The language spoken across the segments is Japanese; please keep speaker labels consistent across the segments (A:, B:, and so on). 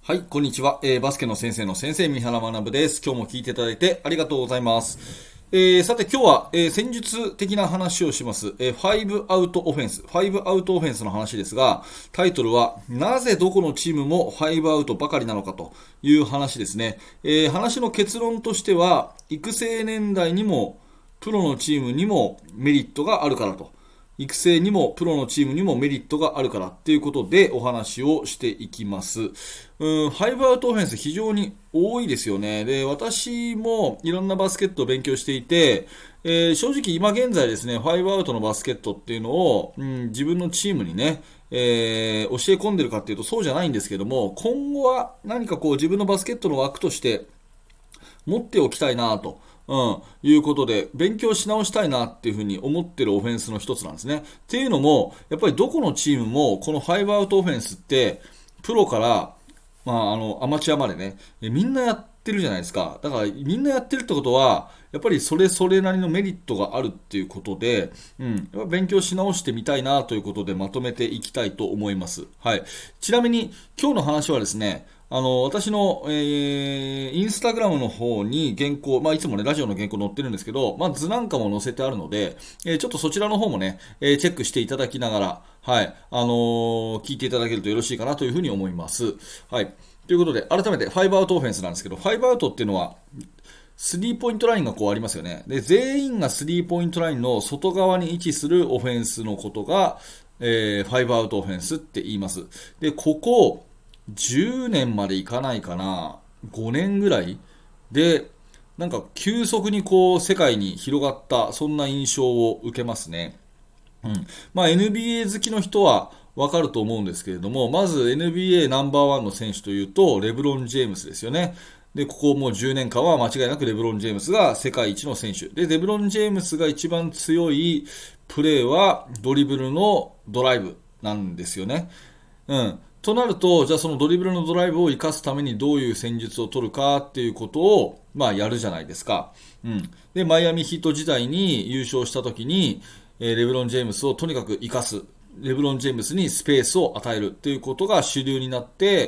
A: はい、こんにちは。バスケの先生の先生、三原学です。今日も聞いていただいてありがとうございます。さて今日は、戦術的な話をします。5アウトオフェンス。5アウトオフェンスの話ですが、タイトルは、なぜどこのチームも5アウトばかりなのかという話ですね。話の結論としては、育成年代にも、プロのチームにもメリットがあるからと。育成にもプロのチームにもメリットがあるからということでお話をしていきます。5アウトオフェンス非常に多いですよね。で、私もいろんなバスケットを勉強していて、正直今現在ですね、5アウトのバスケットっていうのを、自分のチームにね、教え込んでるかっていうとそうじゃないんですけども、今後は何かこう自分のバスケットの枠として持っておきたいなと。いうことで、勉強し直したいなっていうふうに思ってるオフェンスの一つなんですね。っていうのも、やっぱりどこのチームも、この5アウトオフェンスって、プロから、アマチュアまでね、みんなやってるじゃないですか。だから、みんなやってるってことは、やっぱりそれぞれなりのメリットがあるっていうことで、やっぱ勉強し直してみたいなということでまとめていきたいと思います。はい。ちなみに、今日の話はですね、私の、インスタグラムの方に原稿、いつもね、ラジオの原稿載ってるんですけど、図なんかも載せてあるので、ちょっとそちらの方もね、チェックしていただきながら、はい、聞いていただけるとよろしいかなというふうに思います。はい。ということで、改めて5アウトオフェンスなんですけど、5アウトっていうのは、スリーポイントラインがこうありますよね。で、全員がスリーポイントラインの外側に位置するオフェンスのことが、5アウトオフェンスって言います。で、ここ、10年までいかないかな、5年ぐらいで、なんか急速にこう世界に広がった、そんな印象を受けますね。NBA 好きの人はわかると思うんですけれども、まず NBA ナンバーワンの選手というと、レブロン・ジェームスですよね。で、ここもう10年間は間違いなくレブロン・ジェームスが世界一の選手。で、レブロン・ジェームスが一番強いプレーはドリブルのドライブなんですよね。となると、じゃあそのドリブルのドライブを生かすためにどういう戦術を取るかっていうことを、やるじゃないですか。で、マイアミヒート時代に優勝した時に、レブロン・ジェームスをとにかく生かす。レブロン・ジェームスにスペースを与えるということが主流になって、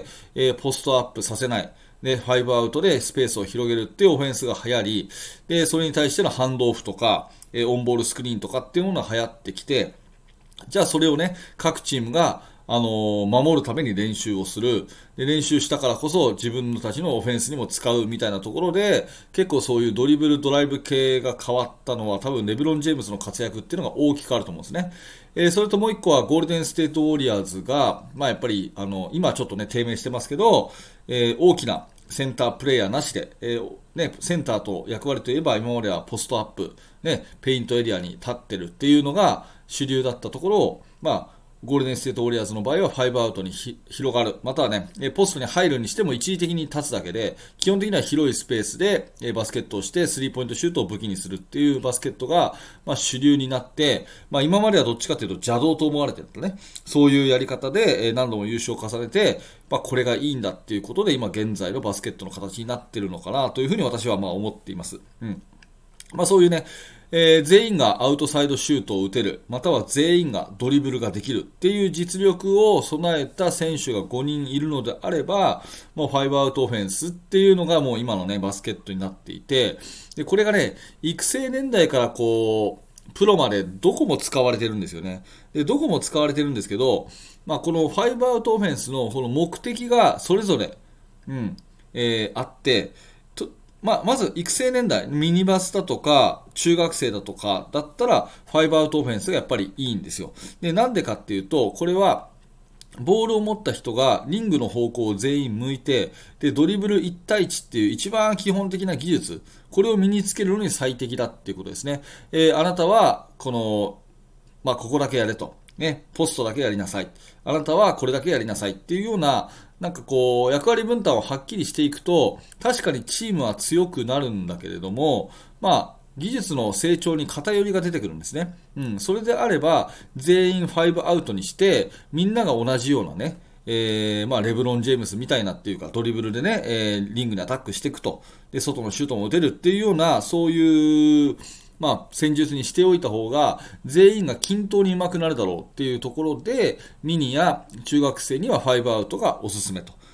A: ポストアップさせない。で、5アウトでスペースを広げるっていうオフェンスが流行り、で、それに対してのハンドオフとか、オンボールスクリーンとかっていうものが流行ってきて、じゃあそれをね、各チームが、守るために練習をする。で、練習したからこそ自分たちのオフェンスにも使うみたいなところで、結構そういうドリブル、ドライブ系が変わったのは多分レブロン・ジェームズの活躍っていうのが大きくあると思うんですね。それともう一個はゴールデンステートウォリアーズが、やっぱり、今ちょっとね、低迷してますけど、大きなセンタープレイヤーなしで、センターと役割といえば今まではポストアップ、ペイントエリアに立ってるっていうのが主流だったところを、ゴールデンステートウォリアーズの場合は5アウトに広がる。またはね、ポストに入るにしても一時的に立つだけで、基本的には広いスペースでバスケットをしてスリーポイントシュートを武器にするっていうバスケットが、主流になって、今まではどっちかというと邪道と思われてるね。そういうやり方で何度も優勝を重ねて、これがいいんだっていうことで今現在のバスケットの形になってるのかなというふうに私は思っています。そういうね、全員がアウトサイドシュートを打てる、または全員がドリブルができるっていう実力を備えた選手が5人いるのであれば、もう5アウトオフェンスっていうのがもう今のね、バスケットになっていて、で、これがね、育成年代からこう、プロまでどこも使われてるんですよね。で、どこも使われてるんですけど、この5アウトオフェンスのこの目的がそれぞれ、あって、まず育成年代、ミニバスだとか、中学生だとかだったら、5アウトオフェンスがやっぱりいいんですよ。で、なんでかっていうと、これは、ボールを持った人がリングの方向を全員向いて、で、ドリブル1対1っていう一番基本的な技術、これを身につけるのに最適だっていうことですね。あなたは、ここだけやれと。ポストだけやりなさい。あなたはこれだけやりなさいっていうような、なんかこう、役割分担をはっきりしていくと、確かにチームは強くなるんだけれども、技術の成長に偏りが出てくるんですね。それであれば、全員5アウトにして、みんなが同じようなね、レブロン・ジェームスみたいなっていうか、ドリブルでね、リングにアタックしていくと。で、外のシュートも打てるっていうような、そういう、戦術にしておいた方が、全員が均等に上手くなるだろうっていうところで、ミニや中学生には5アウトがおすすめと。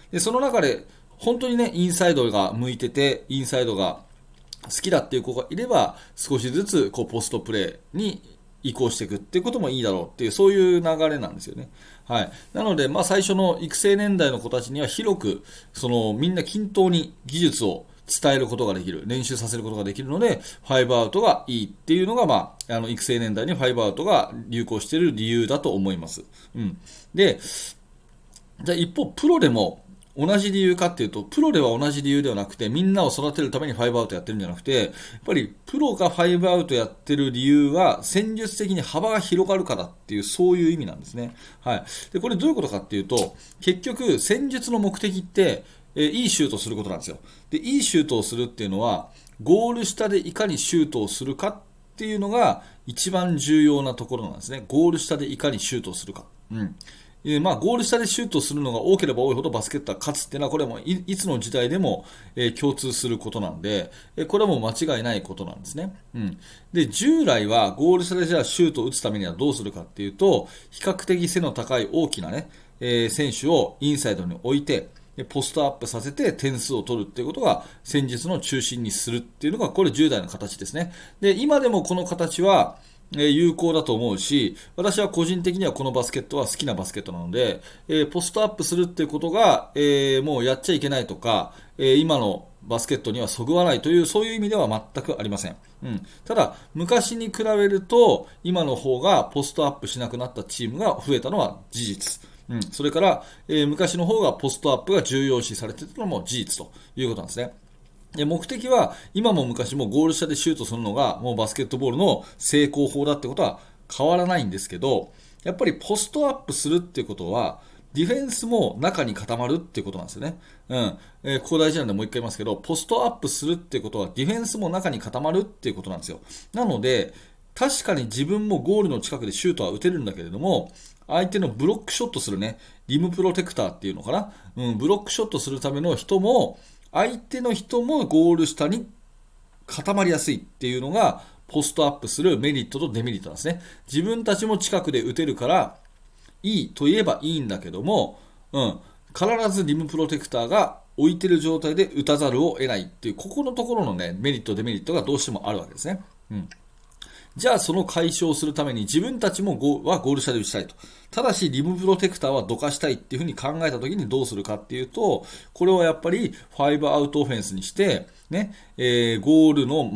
A: で、その中で、本当にね、インサイドが向いてて、インサイドが好きだっていう子がいれば、少しずつポストプレーに移行していくっていうこともいいだろうっていう、そういう流れなんですよね。はい。なので、最初の育成年代の子たちには広く、みんな均等に技術を伝えることができる、練習させることができるので、ファイブアウトがいいっていうのが、育成年代にファイブアウトが流行している理由だと思います。うん。で、じゃあ一方、プロでも同じ理由かっていうと、プロでは同じ理由ではなくて、みんなを育てるためにファイブアウトやってるんじゃなくて、やっぱりプロがファイブアウトやってる理由は、戦術的に幅が広がるからっていう、そういう意味なんですね。はい。で、これどういうことかっていうと、結局、戦術の目的って、いいシュートをすることなんですよ。で、いいシュートをするっていうのは、ゴール下でいかにシュートをするかっていうのが、一番重要なところなんですね。ゴール下でいかにシュートをするか。うん。ゴール下でシュートするのが多ければ多いほどバスケットは勝つっていうのは、これはもういつの時代でも、共通することなんで、これはもう間違いないことなんですね。うん。で、従来はゴール下でじゃあシュートを打つためにはどうするかっていうと、比較的背の高い大きなね、選手をインサイドに置いて、ポストアップさせて点数を取るっていうことが戦術の中心にするっていうのが、これ10代の形ですね。で、今でもこの形は、有効だと思うし、私は個人的にはこのバスケットは好きなバスケットなので、ポストアップするっていうことが、もうやっちゃいけないとか、今のバスケットにはそぐわないという、そういう意味では全くありません。うん。ただ、昔に比べると、今の方がポストアップしなくなったチームが増えたのは事実。うん。それから、昔の方がポストアップが重要視されていたのも事実ということなんですね。目的は今も昔もゴール下でシュートするのがもうバスケットボールの成功法だってことは変わらないんですけど、やっぱりポストアップするっていうことはディフェンスも中に固まるっていうことなんですよね。うん。ここ大事なんでもう一回言いますけど、ポストアップするっていうことはディフェンスも中に固まるっていうことなんですよ。なので、確かに自分もゴールの近くでシュートは打てるんだけれども、相手のブロックショットするね、リムプロテクターっていうのかな。うん、ブロックショットするための人も、相手の人もゴール下に固まりやすいっていうのがポストアップするメリットとデメリットなんですね。自分たちも近くで打てるからいいと言えばいいんだけども、必ずリムプロテクターが置いてる状態で打たざるを得ないっていう、ここのところのね、メリット、デメリットがどうしてもあるわけですね。うん。じゃあその解消をするために自分たちもゴール下で打ちたいと。ただしリムプロテクターはどかしたいっていうふうに考えたときにどうするかっていうと、これはやっぱり5アウトオフェンスにして、ね、ゴールの、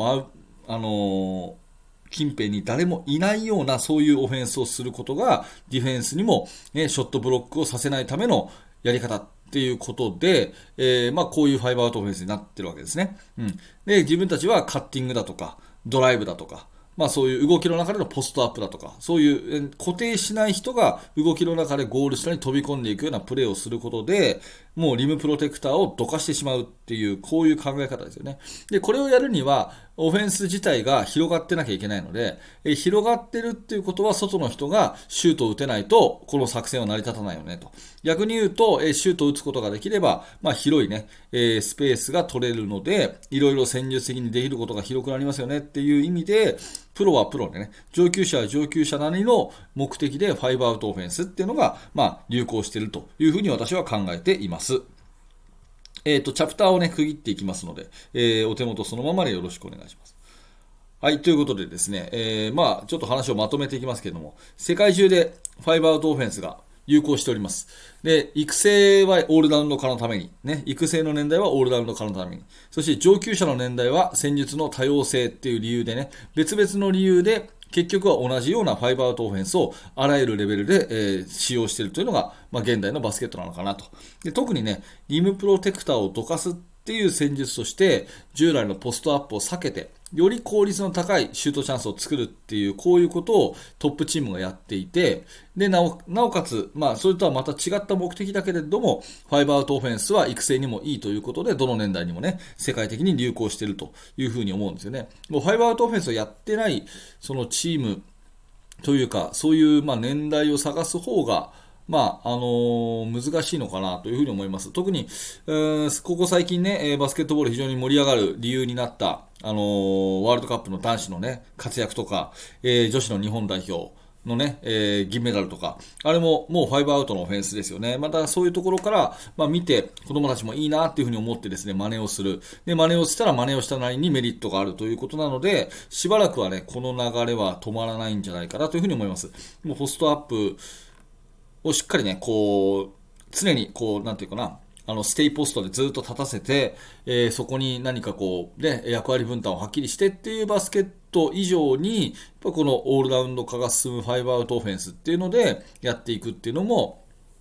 A: 近辺に誰もいないようなそういうオフェンスをすることがディフェンスにも、ね、ショットブロックをさせないためのやり方っていうことで、こういう5アウトオフェンスになってるわけですね。うん。で、自分たちはカッティングだとか、ドライブだとか、そういう動きの中でのポストアップだとか、そういう固定しない人が動きの中でゴール下に飛び込んでいくようなプレーをすることで、もうリムプロテクターをどかしてしまうっていう、こういう考え方ですよね。で、これをやるには、オフェンス自体が広がってなきゃいけないので、広がってるっていうことは、外の人がシュートを打てないと、この作戦は成り立たないよねと。逆に言うと、シュートを打つことができれば、広いね、スペースが取れるので、いろいろ戦術的にできることが広くなりますよねっていう意味で、プロはプロでね、上級者は上級者なりの目的で5アウトオフェンスっていうのが、流行しているというふうに私は考えています。チャプターをね、区切っていきますので、お手元そのままでよろしくお願いします。はい、ということでですね、ちょっと話をまとめていきますけれども、世界中で5アウトオフェンスが有効しております。で、育成はオールラウンド化のために、ね、育成の年代はオールラウンド化のために、そして上級者の年代は戦術の多様性っていう理由でね、別々の理由で結局は同じような5アウトオフェンスをあらゆるレベルで、使用しているというのが、現代のバスケットなのかなと。で、特にね、リムプロテクターをどかすっていう戦術として、従来のポストアップを避けて、より効率の高いシュートチャンスを作るっていう、こういうことをトップチームがやっていて、で、なおかつ、それとはまた違った目的だけれども、5アウトオフェンスは育成にもいいということで、どの年代にもね、世界的に流行しているというふうに思うんですよね。もう5アウトオフェンスをやってない、そのチームというか、そういう年代を探す方が、難しいのかなというふうに思います。特に、ここ最近ね、バスケットボール非常に盛り上がる理由になった、ワールドカップの男子のね、活躍とか、女子の日本代表のね、銀メダルとか、あれももう5アウトのオフェンスですよね。またそういうところから、見て子供たちもいいなっていうふうに思ってですね、真似をする。で、真似をしたら真似をしたなりにメリットがあるということなので、しばらくはね、この流れは止まらないんじゃないかなというふうに思います。もうポストアップをしっかりね、常になんていうかな、ステイポストでずっと立たせて、そこに何か役割分担をはっきりしてっていうバスケット以上に、やっぱこのオールラウンド化が進む5アウトオフェンスっていうので、やっていくっていうのも、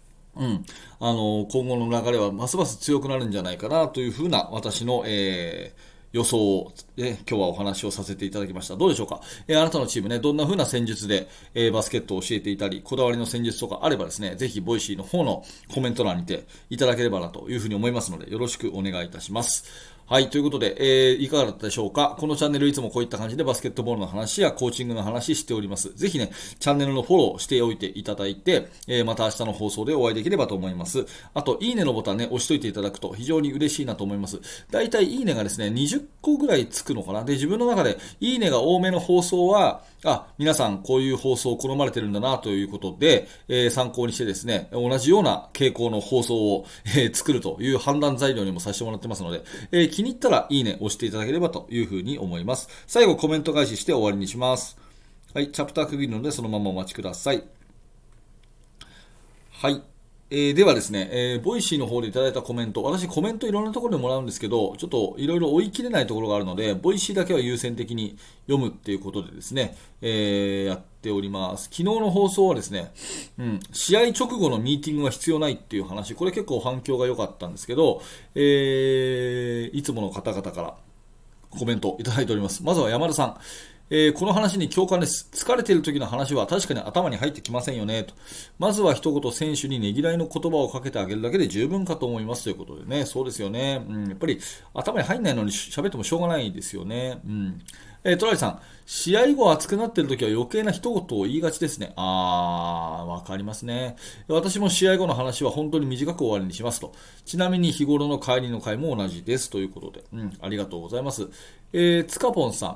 A: 今後の流れはますます強くなるんじゃないかなというふうな私の、予想を、今日はお話をさせていただきました。どうでしょうか、あなたのチームね、どんな風な戦術で、バスケットを教えていたり、こだわりの戦術とかあればですね、ぜひボイシーの方のコメント欄にていただければなというふうに思いますので、よろしくお願いいたします。はい、ということで、いかがだったでしょうか。このチャンネルいつもこういった感じでバスケットボールの話やコーチングの話しております。ぜひね、チャンネルのフォローしておいていただいて、また明日の放送でお会いできればと思います。あと、いいねのボタンね、押しといていただくと非常に嬉しいなと思います。だいたいいいねがですね、20個ぐらいつくのかな。で、自分の中でいいねが多めの放送は、皆さんこういう放送を好まれてるんだなということで、参考にしてですね、同じような傾向の放送を、作るという判断材料にもさせてもらってますので、気に入ったらいいね押していただければというふうに思います。最後コメント返しして終わりにします。はい、チャプター区切るのでそのままお待ちください。はい。ではですね、ボイシーの方でいただいたコメント、私コメントいろんなところでもらうんですけど、ちょっといろいろ追い切れないところがあるので、ボイシーだけは優先的に読むっていうことでですね、やっております。昨日の放送はですね、試合直後のミーティングは必要ないっていう話、これ結構反響が良かったんですけど、いつもの方々からコメントいただいております。まずは山田さん。この話に共感です。疲れている時の話は確かに頭に入ってきませんよねと。まずは一言選手にねぎらいの言葉をかけてあげるだけで十分かと思いますということでね。そうですよね。やっぱり頭に入んないのに喋ってもしょうがないですよね。トライさん、試合後熱くなっている時は余計な一言を言いがちですね。わかりますね。私も試合後の話は本当に短く終わりにしますと。ちなみに日頃の帰りの会も同じですということで。ありがとうございます。つかぽんさん。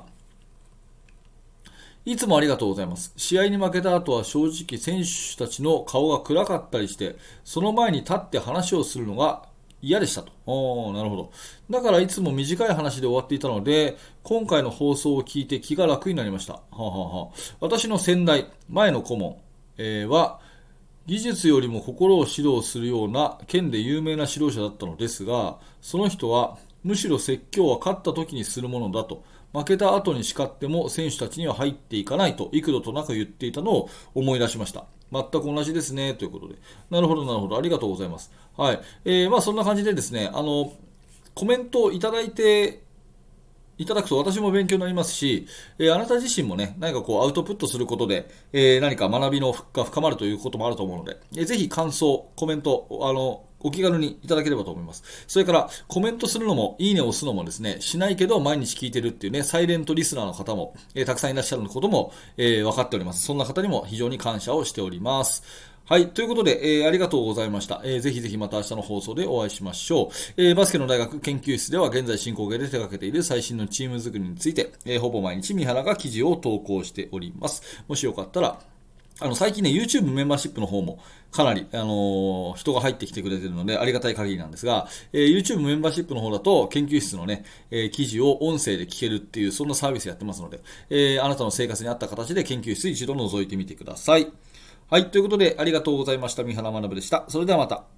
A: いつもありがとうございます。試合に負けた後は正直選手たちの顔が暗かったりして、その前に立って話をするのが嫌でしたと。なるほど。だからいつも短い話で終わっていたので、今回の放送を聞いて気が楽になりました。私の先代、前の顧問、は、技術よりも心を指導するような県で有名な指導者だったのですが、その人はむしろ説教は勝った時にするものだと。負けた後に叱っても選手たちには入っていかないと幾度となく言っていたのを思い出しました。全く同じですねということで。なるほどなるほど、ありがとうございます。はい。そんな感じでですね、コメントをいただくと私も勉強になりますし、あなた自身もね、何かアウトプットすることで、何か学びが深まるということもあると思うので、ぜひ感想、コメント、お気軽にいただければと思います。それから、コメントするのも、いいねを押すのもですね、しないけど毎日聞いてるっていうね、サイレントリスナーの方も、たくさんいらっしゃることも、分かっております。そんな方にも非常に感謝をしております。はい。ということで、ありがとうございました。ぜひぜひまた明日の放送でお会いしましょう。バスケの大学研究室では現在進行形で手掛けている最新のチーム作りについて、ほぼ毎日三原が記事を投稿しております。もしよかったら、最近ね、YouTube メンバーシップの方もかなり、人が入ってきてくれているのでありがたい限りなんですが、YouTube メンバーシップの方だと研究室のね、記事を音声で聞けるっていう、そんなサービスやってますので、あなたの生活に合った形で研究室一度覗いてみてください。はい、ということでありがとうございました。三原学でした。それではまた。